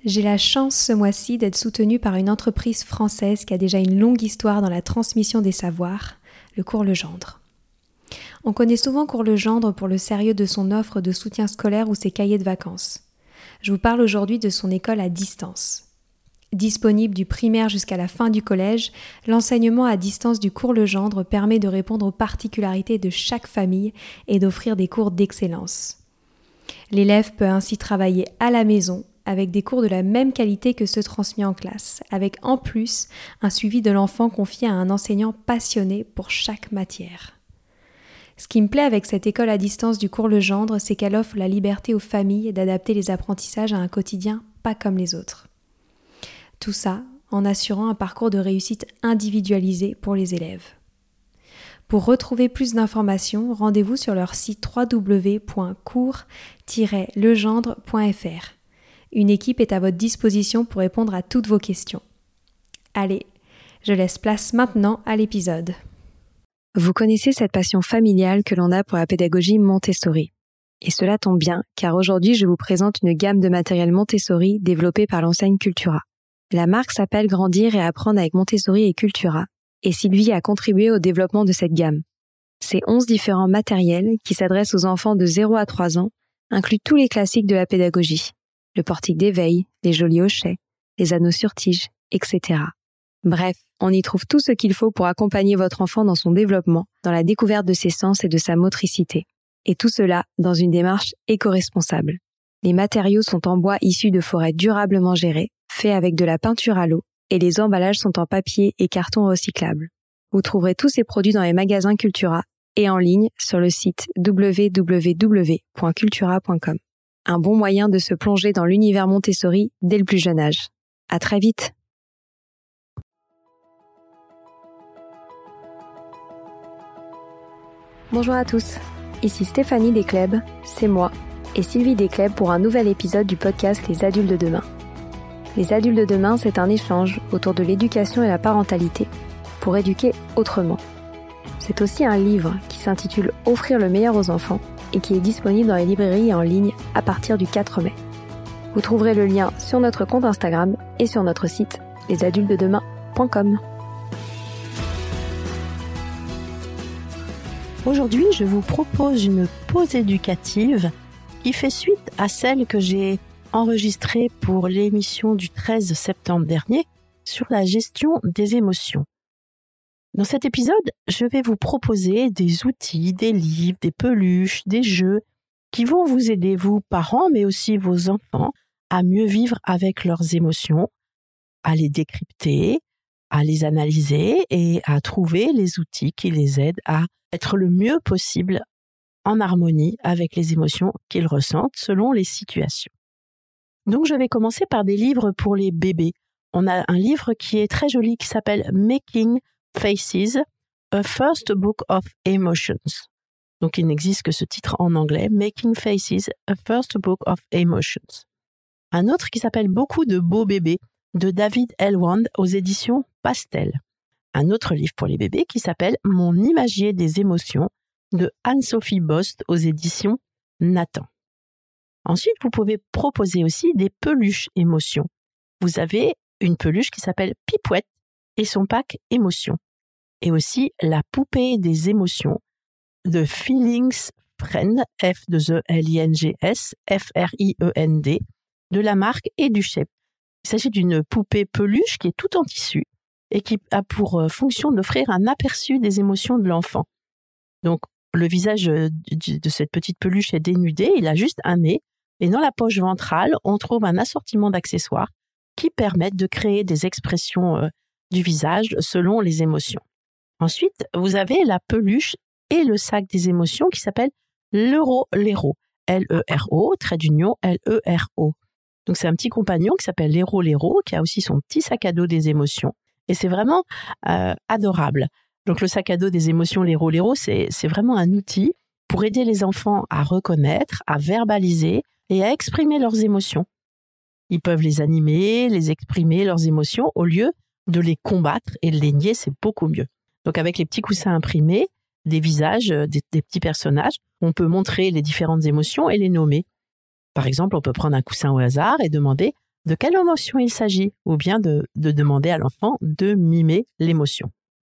J'ai la chance ce mois-ci d'être soutenue par une entreprise française qui a déjà une longue histoire dans la transmission des savoirs, le Cours Legendre. On connaît souvent Cours Legendre pour le sérieux de son offre de soutien scolaire ou ses cahiers de vacances. Je vous parle aujourd'hui de son école à distance. Disponible du primaire jusqu'à la fin du collège, l'enseignement à distance du Cours Legendre permet de répondre aux particularités de chaque famille et d'offrir des cours d'excellence. L'élève peut ainsi travailler à la maison avec des cours de la même qualité que ceux transmis en classe, avec en plus un suivi de l'enfant confié à un enseignant passionné pour chaque matière. Ce qui me plaît avec cette école à distance du Cours Legendre, c'est qu'elle offre la liberté aux familles d'adapter les apprentissages à un quotidien pas comme les autres. Tout ça en assurant un parcours de réussite individualisé pour les élèves. Pour retrouver plus d'informations, rendez-vous sur leur site www.cours-legendre.fr. Une équipe est à votre disposition pour répondre à toutes vos questions. Allez, je laisse place maintenant à l'épisode. Vous connaissez cette passion familiale que l'on a pour la pédagogie Montessori. Et cela tombe bien, car aujourd'hui je vous présente une gamme de matériel Montessori développée par l'enseigne Cultura. La marque s'appelle Grandir et apprendre avec Montessori et Cultura, et Sylvie a contribué au développement de cette gamme. Ces 11 différents matériels, qui s'adressent aux enfants de 0 à 3 ans, incluent tous les classiques de la pédagogie. Le portique d'éveil, les jolis hochets, les anneaux sur tige, etc. Bref, on y trouve tout ce qu'il faut pour accompagner votre enfant dans son développement, dans la découverte de ses sens et de sa motricité. Et tout cela dans une démarche éco-responsable. Les matériaux sont en bois issus de forêts durablement gérées, faits avec de la peinture à l'eau, et les emballages sont en papier et carton recyclables. Vous trouverez tous ces produits dans les magasins Cultura et en ligne sur le site www.cultura.com. Un bon moyen de se plonger dans l'univers Montessori dès le plus jeune âge. À très vite! Bonjour à tous, ici Stéphanie Descleb, c'est moi, et Sylvie Descleb pour un nouvel épisode du podcast Les Adultes de demain. Les Adultes de demain, c'est un échange autour de l'éducation et la parentalité, pour éduquer autrement. C'est aussi un livre qui s'intitule « Offrir le meilleur aux enfants » et qui est disponible dans les librairies et en ligne à partir du 4 mai. Vous trouverez le lien sur notre compte Instagram et sur notre site lesadultesdedemain.com. Aujourd'hui, je vous propose une pause éducative qui fait suite à celle que j'ai enregistrée pour l'émission du 13 septembre dernier sur la gestion des émotions. Dans cet épisode, je vais vous proposer des outils, des livres, des peluches, des jeux qui vont vous aider, vous parents, mais aussi vos enfants, à mieux vivre avec leurs émotions, à les décrypter, à les analyser et à trouver les outils qui les aident à être le mieux possible en harmonie avec les émotions qu'ils ressentent selon les situations. Donc je vais commencer par des livres pour les bébés. On a un livre qui est très joli qui s'appelle Making Faces, A First Book of Emotions. Donc il n'existe que ce titre en anglais, Making Faces, A First Book of Emotions. Un autre qui s'appelle Beaucoup de beaux bébés, de David Elwand aux éditions Pastel. Un autre livre pour les bébés qui s'appelle Mon imagier des émotions, de Anne-Sophie Bost aux éditions Nathan. Ensuite, vous pouvez proposer aussi des peluches émotions. Vous avez une peluche qui s'appelle Pipouette et son pack émotions. Et aussi la poupée des émotions de Feelings Friend, F-2-E-L-I-N-G-S, F-R-I-E-N-D, de la marque et du chef. Il s'agit d'une poupée peluche qui est tout en tissu et qui a pour fonction d'offrir un aperçu des émotions de l'enfant. Donc, le visage de cette petite peluche est dénudé, il a juste un nez, et dans la poche ventrale, on trouve un assortiment d'accessoires qui permettent de créer des expressions du visage selon les émotions. Ensuite, vous avez la peluche et le sac des émotions qui s'appelle l'Euro Lero, L-E-R-O, trait d'union, L-E-R-O. Donc, c'est un petit compagnon qui s'appelle l'Héro Lero, qui a aussi son petit sac à dos des émotions. Et c'est vraiment adorable. Donc, le sac à dos des émotions, l'Héro Lero, c'est vraiment un outil pour aider les enfants à reconnaître, à verbaliser et à exprimer leurs émotions. Ils peuvent les animer, les exprimer, leurs émotions, au lieu de les combattre et de les nier, c'est beaucoup mieux. Donc, avec les petits coussins imprimés, des visages, des petits personnages, on peut montrer les différentes émotions et les nommer. Par exemple, on peut prendre un coussin au hasard et demander de quelle émotion il s'agit, ou bien de demander à l'enfant de mimer l'émotion.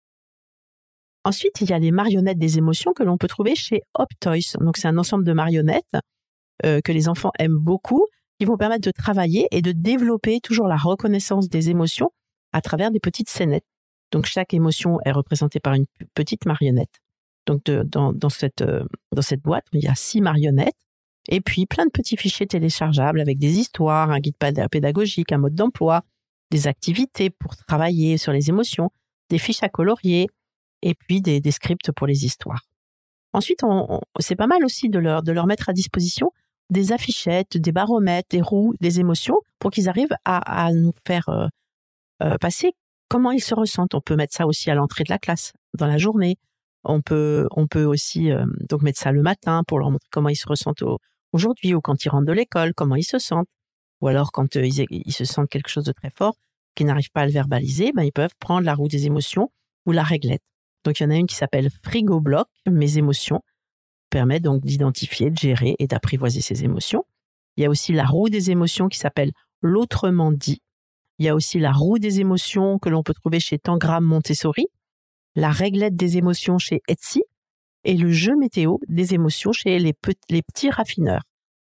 Ensuite, il y a les marionnettes des émotions que l'on peut trouver chez Hop Toys. Donc, c'est un ensemble de marionnettes que les enfants aiment beaucoup, qui vont permettre de travailler et de développer toujours la reconnaissance des émotions à travers des petites scénettes. Donc, chaque émotion est représentée par une petite marionnette. Donc, dans cette boîte, il y a 6 marionnettes et puis plein de petits fichiers téléchargeables avec des histoires, un guide pédagogique, un mode d'emploi, des activités pour travailler sur les émotions, des fiches à colorier et puis des scripts pour les histoires. Ensuite, c'est pas mal aussi de leur mettre à disposition des affichettes, des baromètres, des roues, des émotions pour qu'ils arrivent à nous faire passer comment ils se ressentent. On peut mettre ça aussi à l'entrée de la classe, dans la journée. On peut aussi donc mettre ça le matin pour leur montrer comment ils se ressentent aujourd'hui ou quand ils rentrent de l'école, comment ils se sentent. Ou alors quand ils se sentent quelque chose de très fort, qu'ils n'arrivent pas à le verbaliser, ils peuvent prendre la roue des émotions ou la réglette. Donc, il y en a une qui s'appelle Frigo Bloc, mes émotions, permet donc d'identifier, de gérer et d'apprivoiser ses émotions. Il y a aussi la roue des émotions qui s'appelle l'autrement dit. Il y a aussi la roue des émotions que l'on peut trouver chez Tangram Montessori, la réglette des émotions chez Etsy et le jeu météo des émotions chez les petits raffineurs.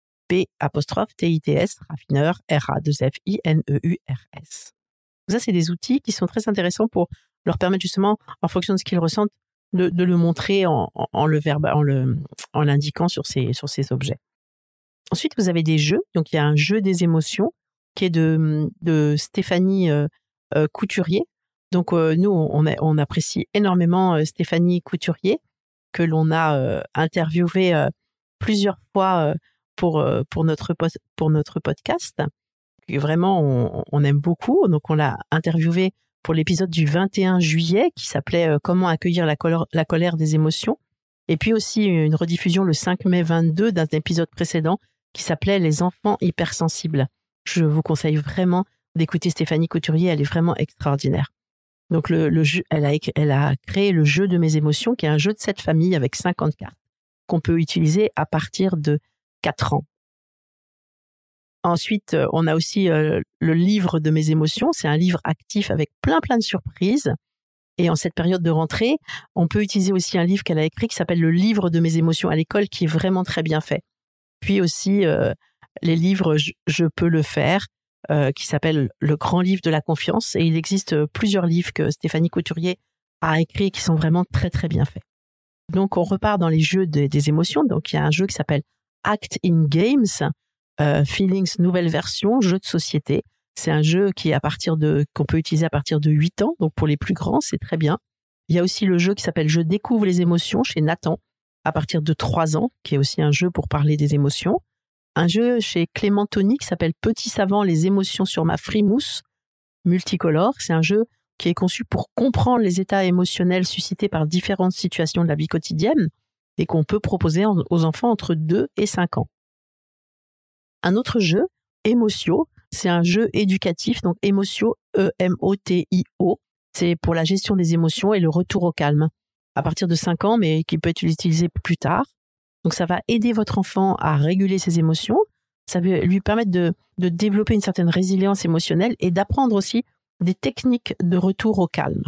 P'-TITS, raffineur, RA2FINEURS. Ça, c'est des outils qui sont très intéressants pour leur permettre justement, en fonction de ce qu'ils ressentent, de le montrer en l'indiquant sur ces objets. Ensuite, vous avez des jeux. Donc, il y a un jeu des émotions qui est de Stéphanie Couturier. Donc, nous, on apprécie énormément Stéphanie Couturier, que l'on a interviewée plusieurs fois pour notre podcast. Et vraiment, on aime beaucoup. Donc, on l'a interviewée pour l'épisode du 21 juillet qui s'appelait « Comment accueillir la colère des émotions ». Et puis aussi une rediffusion le 5 mai 22 d'un épisode précédent qui s'appelait « Les enfants hypersensibles ». Je vous conseille vraiment d'écouter Stéphanie Couturier, elle est vraiment extraordinaire. Donc le jeu, elle a créé le jeu de mes émotions, qui est un jeu de 7 familles avec 50 cartes qu'on peut utiliser à partir de 4 ans. Ensuite, on a aussi le livre de mes émotions. C'est un livre actif avec plein de surprises. Et en cette période de rentrée, on peut utiliser aussi un livre qu'elle a écrit qui s'appelle le livre de mes émotions à l'école, qui est vraiment très bien fait. Puis aussi les livres Je peux le faire, qui s'appelle le grand livre de la confiance. Et il existe plusieurs livres que Stéphanie Couturier a écrits qui sont vraiment très très bien faits. Donc on repart dans les jeux des émotions. Donc il y a un jeu qui s'appelle Act in Games, Feelings nouvelle version, jeu de société. C'est un jeu qu'on peut utiliser à partir de 8 ans, donc pour les plus grands, c'est très bien. Il y a aussi le jeu qui s'appelle Je découvre les émotions chez Nathan, à partir de 3 ans, qui est aussi un jeu pour parler des émotions. Un jeu chez Clément Tony qui s'appelle Petit savant, les émotions sur ma frimousse, multicolore. C'est un jeu qui est conçu pour comprendre les états émotionnels suscités par différentes situations de la vie quotidienne et qu'on peut proposer aux enfants entre 2 et 5 ans. Un autre jeu, Émotio, c'est un jeu éducatif, donc Émotio, E-M-O-T-I-O, c'est pour la gestion des émotions et le retour au calme, à partir de 5 ans, mais qui peut être utilisé plus tard. Donc ça va aider votre enfant à réguler ses émotions, ça va lui permettre de développer une certaine résilience émotionnelle et d'apprendre aussi des techniques de retour au calme.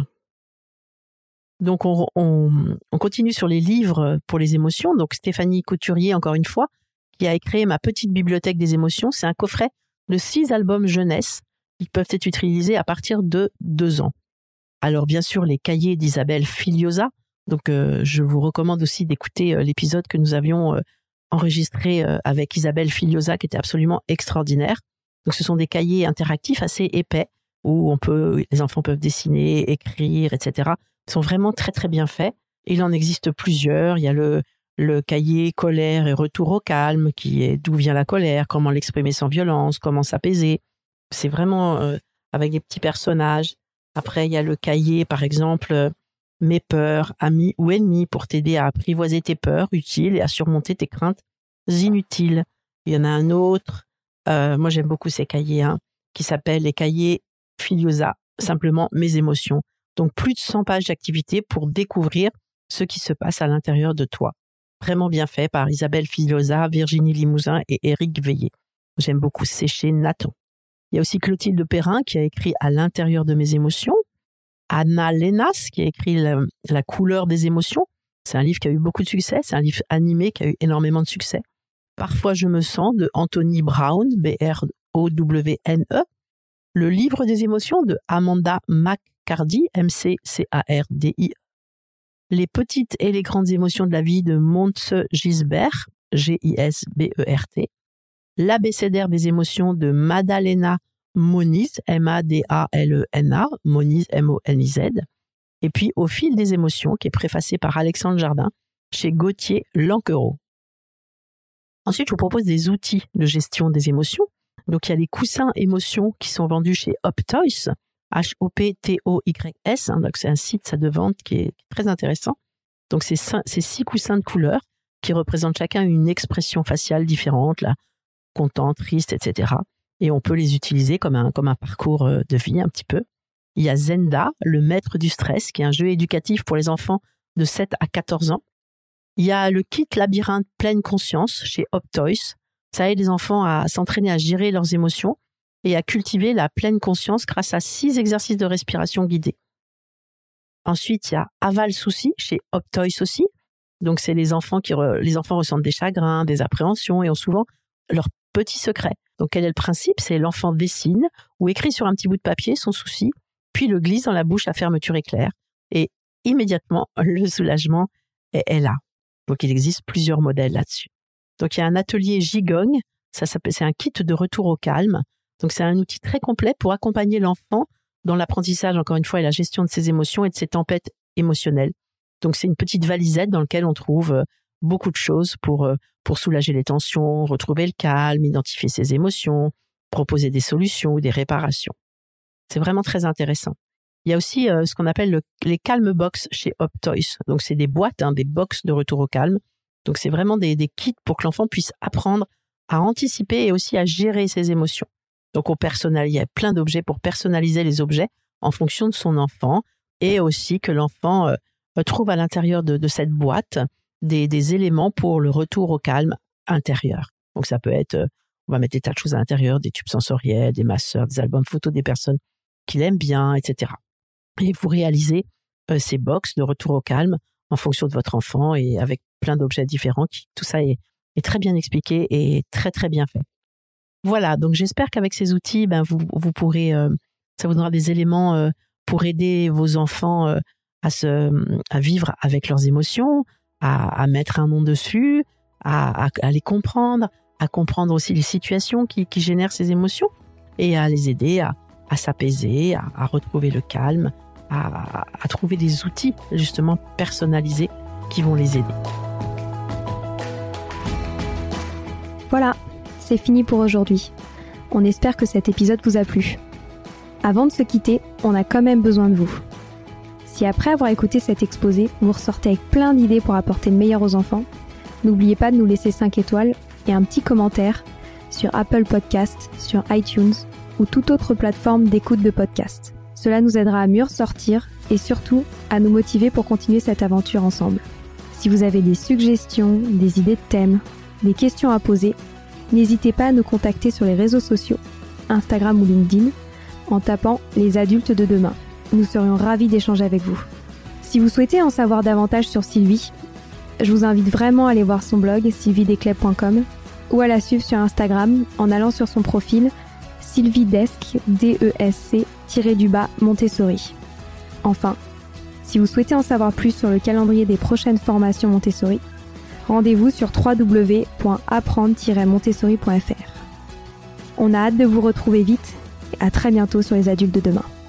Donc on continue sur les livres pour les émotions. Donc Stéphanie Couturier, encore une fois, qui a créé ma petite bibliothèque des émotions. C'est un coffret de 6 albums jeunesse qui peuvent être utilisés à partir de 2 ans. Alors bien sûr, les cahiers d'Isabelle Filiosa. Donc je vous recommande aussi d'écouter l'épisode que nous avions enregistré avec Isabelle Filiosa, qui était absolument extraordinaire. Donc ce sont des cahiers interactifs assez épais où les enfants peuvent dessiner, écrire, etc. Ils sont vraiment très très bien faits. Il en existe plusieurs. Il y a le cahier colère et retour au calme, qui est d'où vient la colère, comment l'exprimer sans violence, comment s'apaiser. C'est vraiment avec des petits personnages. Après, il y a le cahier, par exemple, mes peurs, amis ou ennemis, pour t'aider à apprivoiser tes peurs utiles et à surmonter tes craintes inutiles. Il y en a un autre, moi j'aime beaucoup ces cahiers, qui s'appellent les cahiers Filiosa, simplement mes émotions. Donc plus de 100 pages d'activité pour découvrir ce qui se passe à l'intérieur de toi. Vraiment bien fait par Isabelle Filiosa, Virginie Limousin et Éric Veillé. J'aime beaucoup, c'est chez Nathan. Il y a aussi Clotilde Perrin qui a écrit À l'intérieur de mes émotions. Anna Lénas qui a écrit La couleur des émotions. C'est un livre qui a eu beaucoup de succès. C'est un livre animé qui a eu énormément de succès. Parfois je me sens de Anthony Brown, B-R-O-W-N-E. Le livre des émotions de Amanda McCardy, M-C-C-A-R-D-I. Les petites et les grandes émotions de la vie de Montse Gisbert, G-I-S-B-E-R-T. L'abécédaire des émotions de Madalena Moniz, M-A-D-A-L-E-N-A, Moniz, M-O-N-I-Z. Et puis Au fil des émotions, qui est préfacé par Alexandre Jardin, chez Gauthier Lanquereau. Ensuite, je vous propose des outils de gestion des émotions. Donc, il y a les coussins émotions qui sont vendus chez Hoptoys, H-O-P-T-O-Y-S. Donc, c'est un site de vente qui est très intéressant. Donc, c'est 6 coussins de couleurs qui représentent chacun une expression faciale différente, là, content, triste, etc. Et on peut les utiliser comme un parcours de vie un petit peu. Il y a Zenda, le maître du stress, qui est un jeu éducatif pour les enfants de 7 à 14 ans. Il y a le kit labyrinthe pleine conscience chez Hoptoys. Ça aide les enfants à s'entraîner à gérer leurs émotions et à cultiver la pleine conscience grâce à 6 exercices de respiration guidés. Ensuite, il y a Aval Souci chez Hoptoys aussi. Donc, c'est les enfants ressentent des chagrins, des appréhensions et ont souvent leurs petits secrets. Donc, quel est le principe ? C'est l'enfant dessine ou écrit sur un petit bout de papier son souci, puis le glisse dans la bouche à fermeture éclair. Et immédiatement, le soulagement est là. Donc, il existe plusieurs modèles là-dessus. Donc, il y a un atelier Gigong, c'est un kit de retour au calme. Donc, c'est un outil très complet pour accompagner l'enfant dans l'apprentissage, encore une fois, et la gestion de ses émotions et de ses tempêtes émotionnelles. Donc, c'est une petite valisette dans laquelle on trouve beaucoup de choses pour soulager les tensions, retrouver le calme, identifier ses émotions, proposer des solutions ou des réparations. C'est vraiment très intéressant. Il y a aussi ce qu'on appelle les Calm Box chez Hoptoys. Donc, c'est des boîtes, des box de retour au calme. Donc, c'est vraiment des kits pour que l'enfant puisse apprendre à anticiper et aussi à gérer ses émotions. Donc, il y a plein d'objets pour personnaliser les objets en fonction de son enfant et aussi que l'enfant trouve à l'intérieur de cette boîte des éléments pour le retour au calme intérieur. Donc, ça peut être, on va mettre des tas de choses à l'intérieur, des tubes sensoriels, des masseurs, des albums photos des personnes qu'il aime bien, etc. Et vous réalisez ces box de retour au calme en fonction de votre enfant et avec plein d'objets différents. Tout ça est très bien expliqué et très, très bien fait. Voilà, donc j'espère qu'avec ces outils, vous pourrez, ça vous donnera des éléments pour aider vos enfants à vivre avec leurs émotions, à mettre un nom dessus, à les comprendre, à comprendre aussi les situations qui génèrent ces émotions et à les aider à s'apaiser, à retrouver le calme, à trouver des outils justement personnalisés qui vont les aider. Voilà, c'est fini pour aujourd'hui. On espère que cet épisode vous a plu. Avant de se quitter, on a quand même besoin de vous. Si après avoir écouté cet exposé, vous ressortez avec plein d'idées pour apporter le meilleur aux enfants, n'oubliez pas de nous laisser 5 étoiles et un petit commentaire sur Apple Podcasts, sur iTunes ou toute autre plateforme d'écoute de podcast. Cela nous aidera à mieux ressortir et surtout à nous motiver pour continuer cette aventure ensemble. Si vous avez des suggestions, des idées de thèmes, des questions à poser, n'hésitez pas à nous contacter sur les réseaux sociaux, Instagram ou LinkedIn, en tapant « Les adultes de demain ». Nous serions ravis d'échanger avec vous. Si vous souhaitez en savoir davantage sur Sylvie, je vous invite vraiment à aller voir son blog sylviedesclés.com ou à la suivre sur Instagram en allant sur son profil sylviedesc, Montessori. Enfin, si vous souhaitez en savoir plus sur le calendrier des prochaines formations Montessori, rendez-vous sur www.apprendre-montessori.fr. On a hâte de vous retrouver vite et à très bientôt sur Les Adultes de demain.